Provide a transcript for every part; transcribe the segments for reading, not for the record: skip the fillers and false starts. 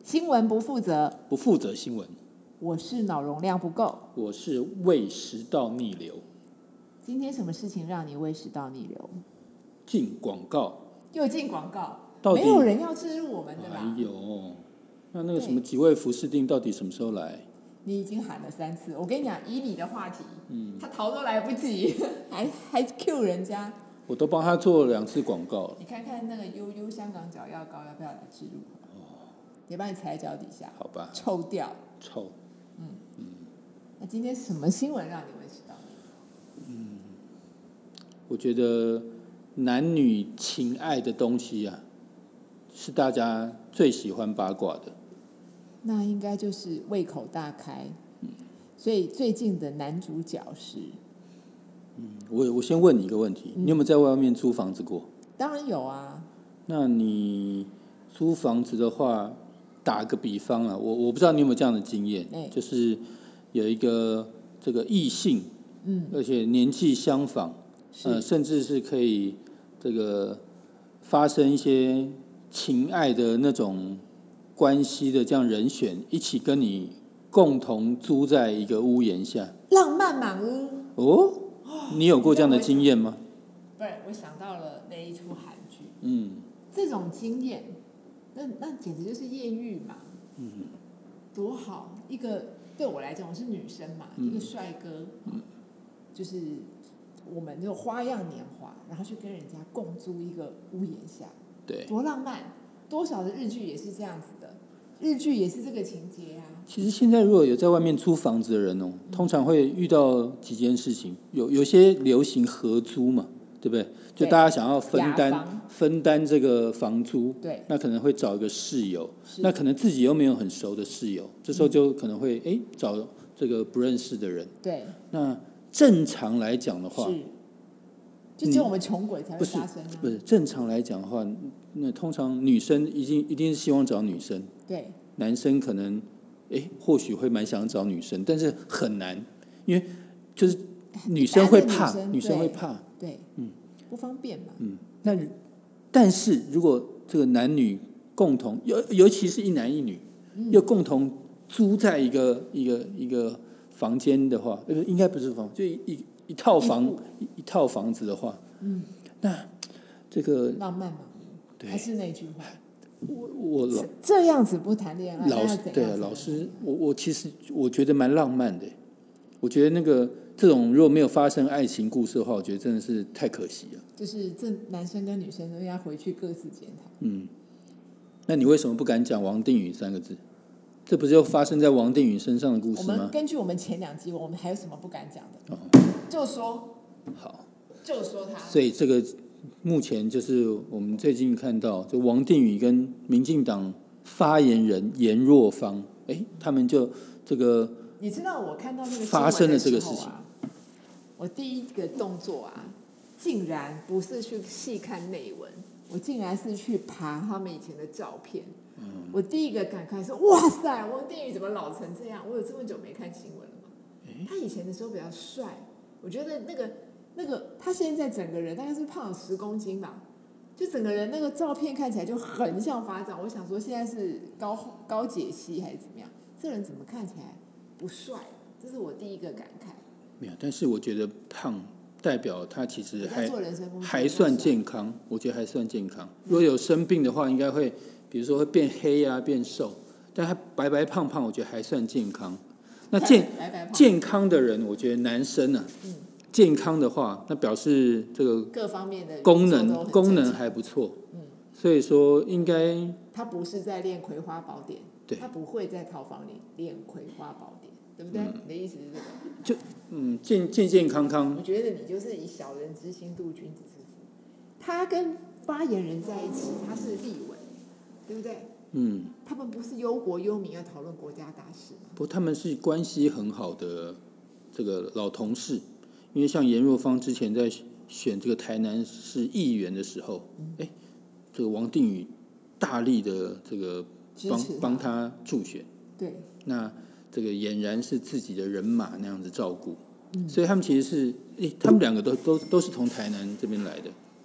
新闻不负责， 不负责新闻。 我是脑容量不够， 我是胃食道逆流。 今天什么事情让你胃食道逆流？ 进广告， 又进广告， 到底没有人要置入我们的吧？ 哎呦，那个什么几位福士定到底什么时候来？ 你已经喊了3次，我跟你讲，以你的话题，他逃都来不及，还 Q 人家。 我都帮他做了2次广告了。 你看看那个悠悠香港脚药膏要不要来置入？也把你踩在脚底下， 好吧， 臭掉。 臭。 那今天什么新闻让你胃食道逆流？ 我觉得男女情爱的东西啊，是大家最喜欢八卦的。 那应该就是胃口大开。所以最近的男主角是， 我先问你一个问题，你有没有在外面租房子过？ 当然有啊。 那你租房子的话，打个比方啊，我不知道你有没有这样的经验，就是有一个这个异性，而且年纪相仿，甚至是可以这个发生一些情爱的那种关系的这样人选，一起跟你共同租在一个屋檐下， 浪漫满屋。 哦，你有过这样的经验吗？ 不是，我想到了那一出韩剧。这种经验，那简直就是艳遇嘛。多好！一个对我来讲，我是女生嘛，一个帅哥，就是我们就花样年华，然后去跟人家共租一个屋檐下， 对， 多浪漫！多少的日剧也是这样子的，日剧也是这个情节啊。 其实现在如果有在外面租房子的人哦，通常会遇到几件事情，有些流行合租嘛，对不对？就大家想要分担这个房租， 对， 那可能会找一个室友，那可能自己又没有很熟的室友，这时候就可能会找这个不认识的人。 对， 那正常来讲的话， 就只有我们穷鬼才会发生啊。 不是正常来讲的话，那通常女生一定是希望找女生， 对， 男生可能或许会蛮想找女生，但是很难，因为就是女生会怕，女生会怕， 对，不方便嘛。 但是如果这个男女共同，尤其是一男一女，又共同租在一个房间的话，应该不是房，就一套房子的话，那这个浪漫嘛，还是那句话， 我这样子不谈恋爱， 老师，我其实我觉得蛮浪漫的。我觉得这种如果没有发生爱情故事的话，我觉得真的是太可惜了。 就是这男生跟女生都要回去各自检讨。 那你为什么不敢讲王定宇3个字？这不是就发生在王定宇身上的故事吗？ 我们根据我们前2集，我们还有什么不敢讲的？就说好， 就说他。 所以这个目前就是我们最近看到，就王定宇跟民进党发言人颜若芳，他们就这个。 你知道我看到那个发生了这个事情， 我第一个动作啊，竟然不是去细看内文，我竟然是去爬他们以前的照片。我第一个感慨是：哇塞，王定宇怎么老成这样？我有这么久没看新闻了吗？他以前的时候比较帅，我觉得那个他现在整个人大概是胖了10公斤吧，就整个人那个照片看起来就很像发长。我想说现在是高解析还是怎么样？这人怎么看起来不帅？这是我第一个感慨。 没有，但是我觉得胖代表他其实还算健康，我觉得还算健康。如果有生病的话，应该会，比如说会变黑啊，变瘦。但他白白胖胖，我觉得还算健康。那健康的人，我觉得男生啊，健康的话，那表示这个各方面的功能还不错。所以说应该他不是在练《葵花宝典》， 对， 他不会在套房里练《葵花宝典》。对不对？你的意思是这个？就健康。 我觉得你就是以小人之心度君子之腹。他跟发言人在一起，他是立委，对不对？他们不是忧国忧民要讨论国家大事吗？ 不，他们是关系很好的这个老同事。因为像颜若芳之前在选这个台南市议员的时候，这个王定宇大力的这个帮他助选。 对， 那这个俨然是自己的人马那样子照顾，所以他们其实是，他们2个都是从台南这边来的。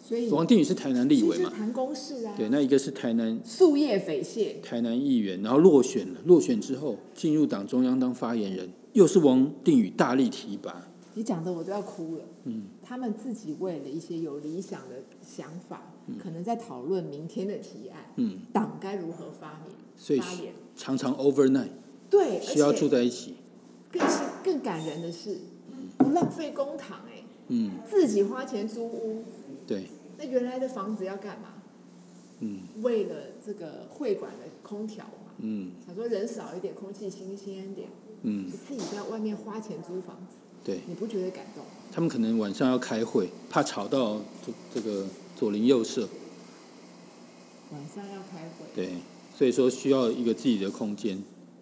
所以王定宇是台南立委嘛， 谈公事啊。 对，那一个是台南树叶匪蟹， 台南议员，然后落选了，落选之后进入党中央当发言人，又是王定宇大力提拔。 你讲的我都要哭了。他们自己为了一些有理想的想法，可能在讨论明天的提案，党该如何发言， 常常 overnight， 对， 需要住在一起。 更感人的是，不浪费公帑自己花钱租屋， 对， 那原来的房子要干嘛？为了这个会馆的空调嘛，想说人少一点，空气新鲜一点，自己在外面花钱租房子， 对， 你不觉得感动吗？ 他们可能晚上要开会，怕吵到这个左邻右舍， 晚上要开会， 对，所以说需要一个自己的空间，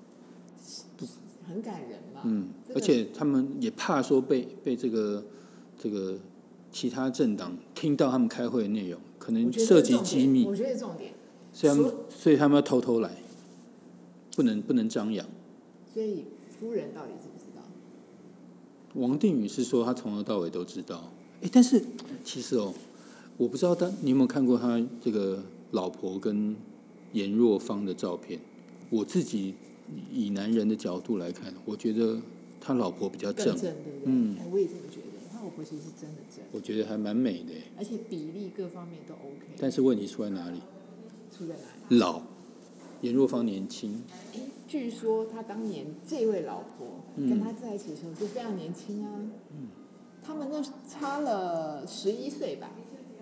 很感人嘛。 而且他们也怕说被这个其他政党听到他们开会的内容，可能涉及机密。 我觉得重点。 所以他们要偷偷来，不能张扬。 所以夫人到底知不知道？ 王定宇是说他从头到尾都知道。但是其实我不知道你有没有看过他这个老婆跟颜若芳的照片。我自己以男人的角度来看，我觉得他老婆比较正， 对不对？我也这么觉得。他老婆其实是真的正， 我觉得还蛮美的， 而且比例各方面都 OK。 但是问题出在哪里？ 出在哪里？ 老，颜若芳年轻。 据说他当年这位老婆跟他在一起的时候是非常年轻啊。他们那差了11岁吧。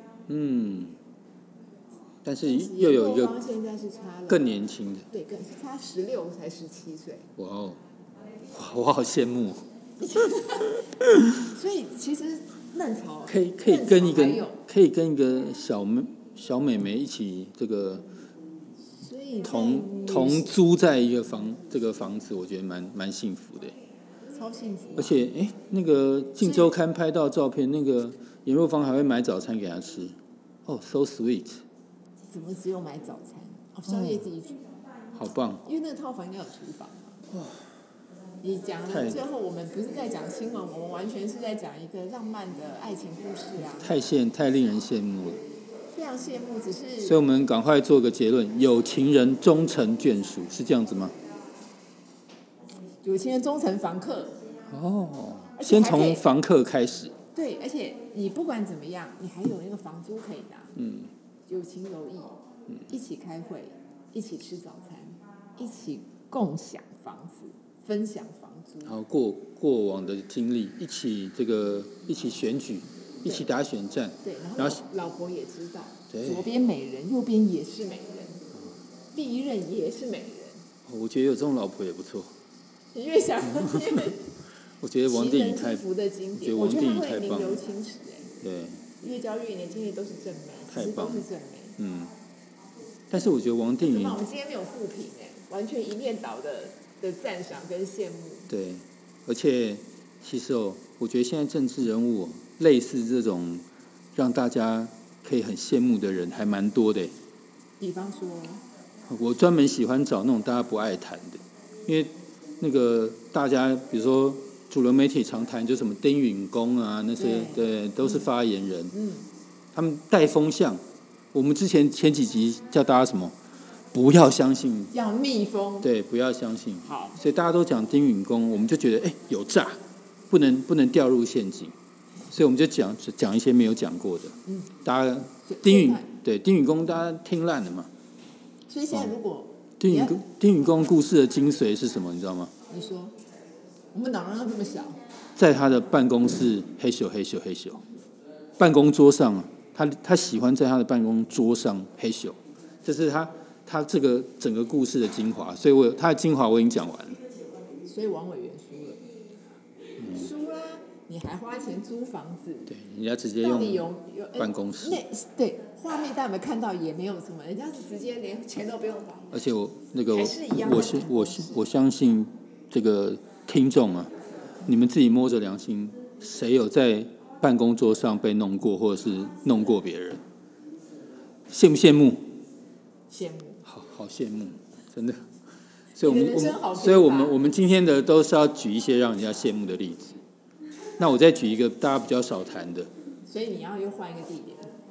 但是又有一个现在是差了更年轻的， 对，更差16才17岁。 哇哦，我好羡慕。 所以其实嫩草可以跟一个小妹妹一起这个同租在一个这个房子，我觉得蛮幸福的， 超幸福。 而且那个《镜周刊》拍到照片，那个颜若芳还会买早餐给他吃，so sweet。 怎么只有买早餐？宵夜自己煮， 好棒。 因为那个套房应该有厨房嘛。你讲了最后，我们不是在讲新闻，我们完全是在讲一个浪漫的爱情故事啊！ 太令人羡慕了， 非常羡慕。只是， 所以我们赶快做个结论：有情人终成眷属，是这样子吗？ 有情人终成房客。 先从房客开始。 对，而且你不管怎么样，你还有那个房租可以拿。有情有义，一起开会，一起吃早餐，一起共享房子。分享房租， 然后过往的经历，一起选举，一起打选战， 对，然后老婆也知道， 对， 左边美人，右边也是美人，第一任也是美人。 我觉得有这种老婆也不错。 你越想， 我觉得王定宇太， 我觉得他会名留青史对， 越教越年轻的都是正妹， 太棒了， 都是正妹。 但是我觉得王定宇， 我们今天没有负评完全一面倒的赞赏跟羡慕。对， 而且其实我觉得现在政治人物类似这种让大家可以很羡慕的人还蛮多的。 比方说， 我专门喜欢找那种大家不爱谈的，因为那个大家比如说主流媒体常谈就什么丁允恭啊那些，对，都是发言人，他们带风向。我们前几集叫大家什么？不要相信， 要密封， 对，不要相信。 好， 所以大家都讲丁允恭，我们就觉得有诈，不能掉入陷阱，所以我们就讲一些没有讲过的。大家丁允恭大家听烂了嘛。 所以现在如果丁允恭故事的精髓是什么？你知道吗？ 你说，我们哪让他这么小？ 在他的办公室嘿咻，办公桌上，他喜欢在他的办公桌上嘿咻，这是他这个整个故事的精华，所以他的精华我已经讲完了。 所以王委员输了，你还花钱租房子？ 对，人家直接用办公室。 对，画面大家有没有看到？也没有什么，人家是直接连钱都不用花。 而且我相信这个听众啊，你们自己摸着良心，谁有在办公桌上被弄过，或者是弄过别人？羡不羡慕？ 羡慕。 好羡慕，真的。所以我们今天的都是要举一些让人家羡慕的例子。那我再举一个大家比较少谈的。 所以你要又换一个地点。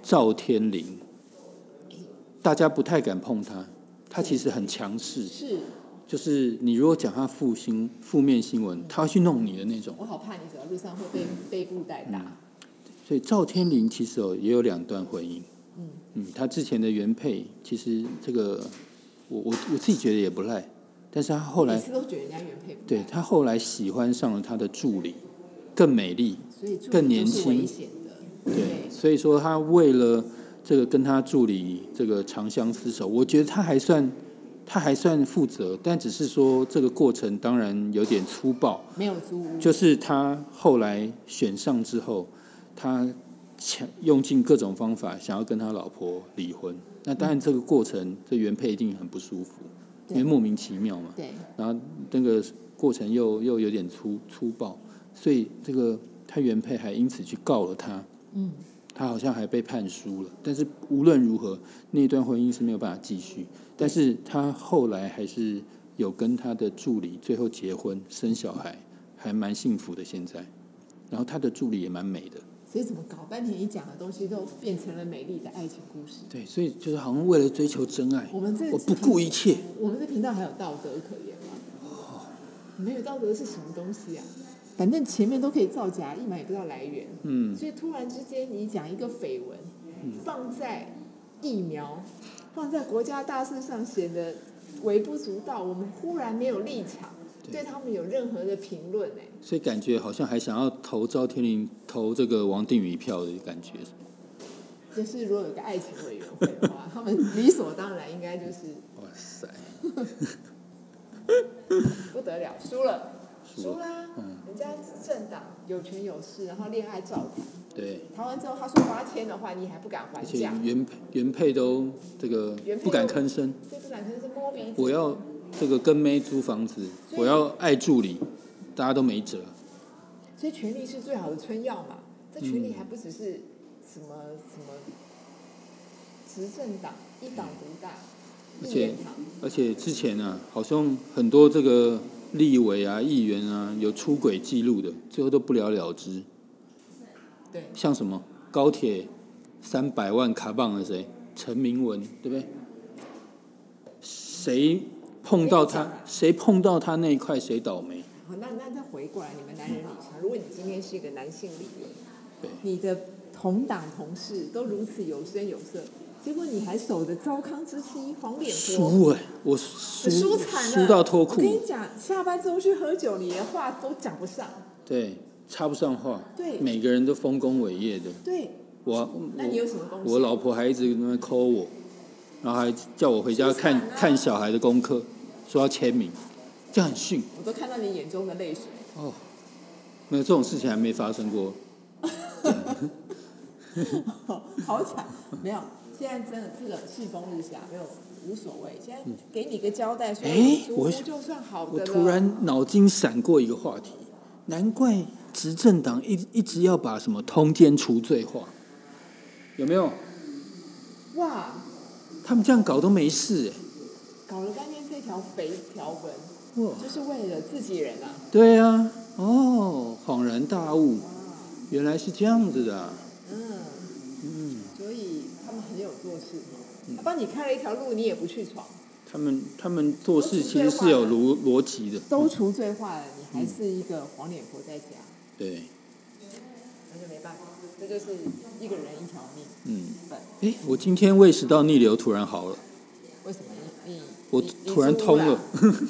赵天麟，大家不太敢碰他，他其实很强势， 是， 就是你如果讲他负面新闻，他会去弄你的那种。 我好怕你走在路上会被布袋打。 所以赵天麟其实也有2段婚姻。他之前的原配其实这个我自己觉得也不赖，但是他后来每次都觉得人家原配不赖， 对他后来喜欢上了他的助理，更美丽， 所以助理更年都是危轻， 险的。 对，所以说他为了这个跟他助理这个长相厮守，我觉得他还算负责，但只是说这个过程当然有点粗暴， 没有租屋， 就是他后来选上之后，他用尽各种方法想要跟他老婆离婚。那当然这个过程，这原配一定很不舒服，因为莫名其妙嘛。 对。 然后那个过程又有点粗暴，所以这个他原配还因此去告了他。他好像还被判输了，但是无论如何，那段婚姻是没有办法继续。但是他后来还是有跟他的助理最后结婚生小孩，还蛮幸福的现在。然后他的助理也蛮美的。 所以怎么搞半天，你讲的东西都变成了美丽的爱情故事。 对，所以就是好像为了追求真爱， 我不顾一切。 我们这频道还有道德可言吗？没有道德是什么东西啊？反正前面都可以造假，一码也不知道来源。所以突然之间你讲一个绯闻，放在疫苗，放在国家大事上显得微不足道，我们忽然没有立场对他们有任何的评论。 所以感觉好像还想要投赵天麟、投这个王定宇一票的感觉。 就是如果有个爱情委员会的话，他们理所当然应该就是哇塞， 不得了，输啦！人家政党有权有势，然后恋爱照谈。对，谈完之后他说我要签的话，你还不敢还价。而且原配都这个不敢吭声。 对，不敢吭声，摸鼻子。 我要这个跟妹租房子，我要爱助理，大家都没辙。 所以权力是最好的春药嘛。这权力还不只是什么执政党一党独大。 而且之前啊，好像很多这个立委啊、议员啊有出轨记录的，最后都不了了之。 对， 像什么高铁300万卡棒的谁，陈明文，对不对？谁碰到他那一块，谁倒霉。 那再回过来，你们男人理想，如果你今天是一个男性立委，你的同党同事都如此有声有色。结果你还守着糟糠之妻黄脸婆， 我输惨了， 输到脱裤。 我跟你讲，下班之后去喝酒，你连话都讲不上， 对，插不上话， 对， 每个人都丰功伟业的， 对，那你有什么贡献？ 我老婆还一直在那边 call 我，然后还叫我回家看小孩的功课，说要签名，这样很逊。 我都看到你眼中的泪水。 哦，没有这种事情还没发生过。 好惨，没有。现在真的这个世风日下，没有无所谓。现在给你个交代，说我就算好的了。我突然脑筋闪过一个话题，难怪执政党一直要把什么通奸除罪化，有没有？ 哇！ 他们这样搞都没事搞了半天这条肥条文，就是为了自己人啊。 对啊，恍然大悟，原来是这样子的。 所以他们很有做事，他帮你开了一条路，你也不去闯。 他们做事其实是有逻辑的。 都除罪化了，你还是一个黄脸婆在家。 对。 那就没办法，这就是一个人一条命。 我今天胃食道逆流突然好了。 为什么？ 我突然通了。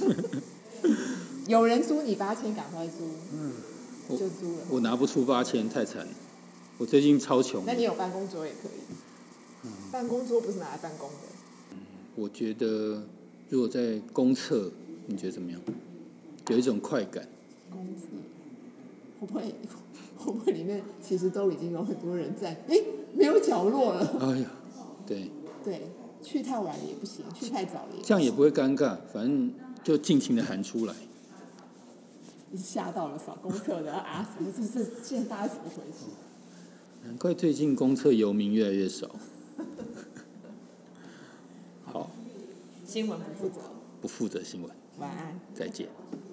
有人租你8000，赶快租。就租了。 我拿不出8000，太惨了。我最近超穷。 那你有办公桌也可以。办公桌不是拿来办公的。 我觉得如果在公厕，你觉得怎么样？有一种快感。 公厕会不会里面其实都已经有很多人在？没有角落了。 哎呀，对。 对，去太晚了也不行，去太早了也不行。 这样也不会尴尬，反正就尽情的喊出来。 吓到了扫公厕的啊！这现在大家怎么回事？ 难怪最近公厕游民越来越少。好， 新闻不负责。 不负责新闻。 晚安。 再见。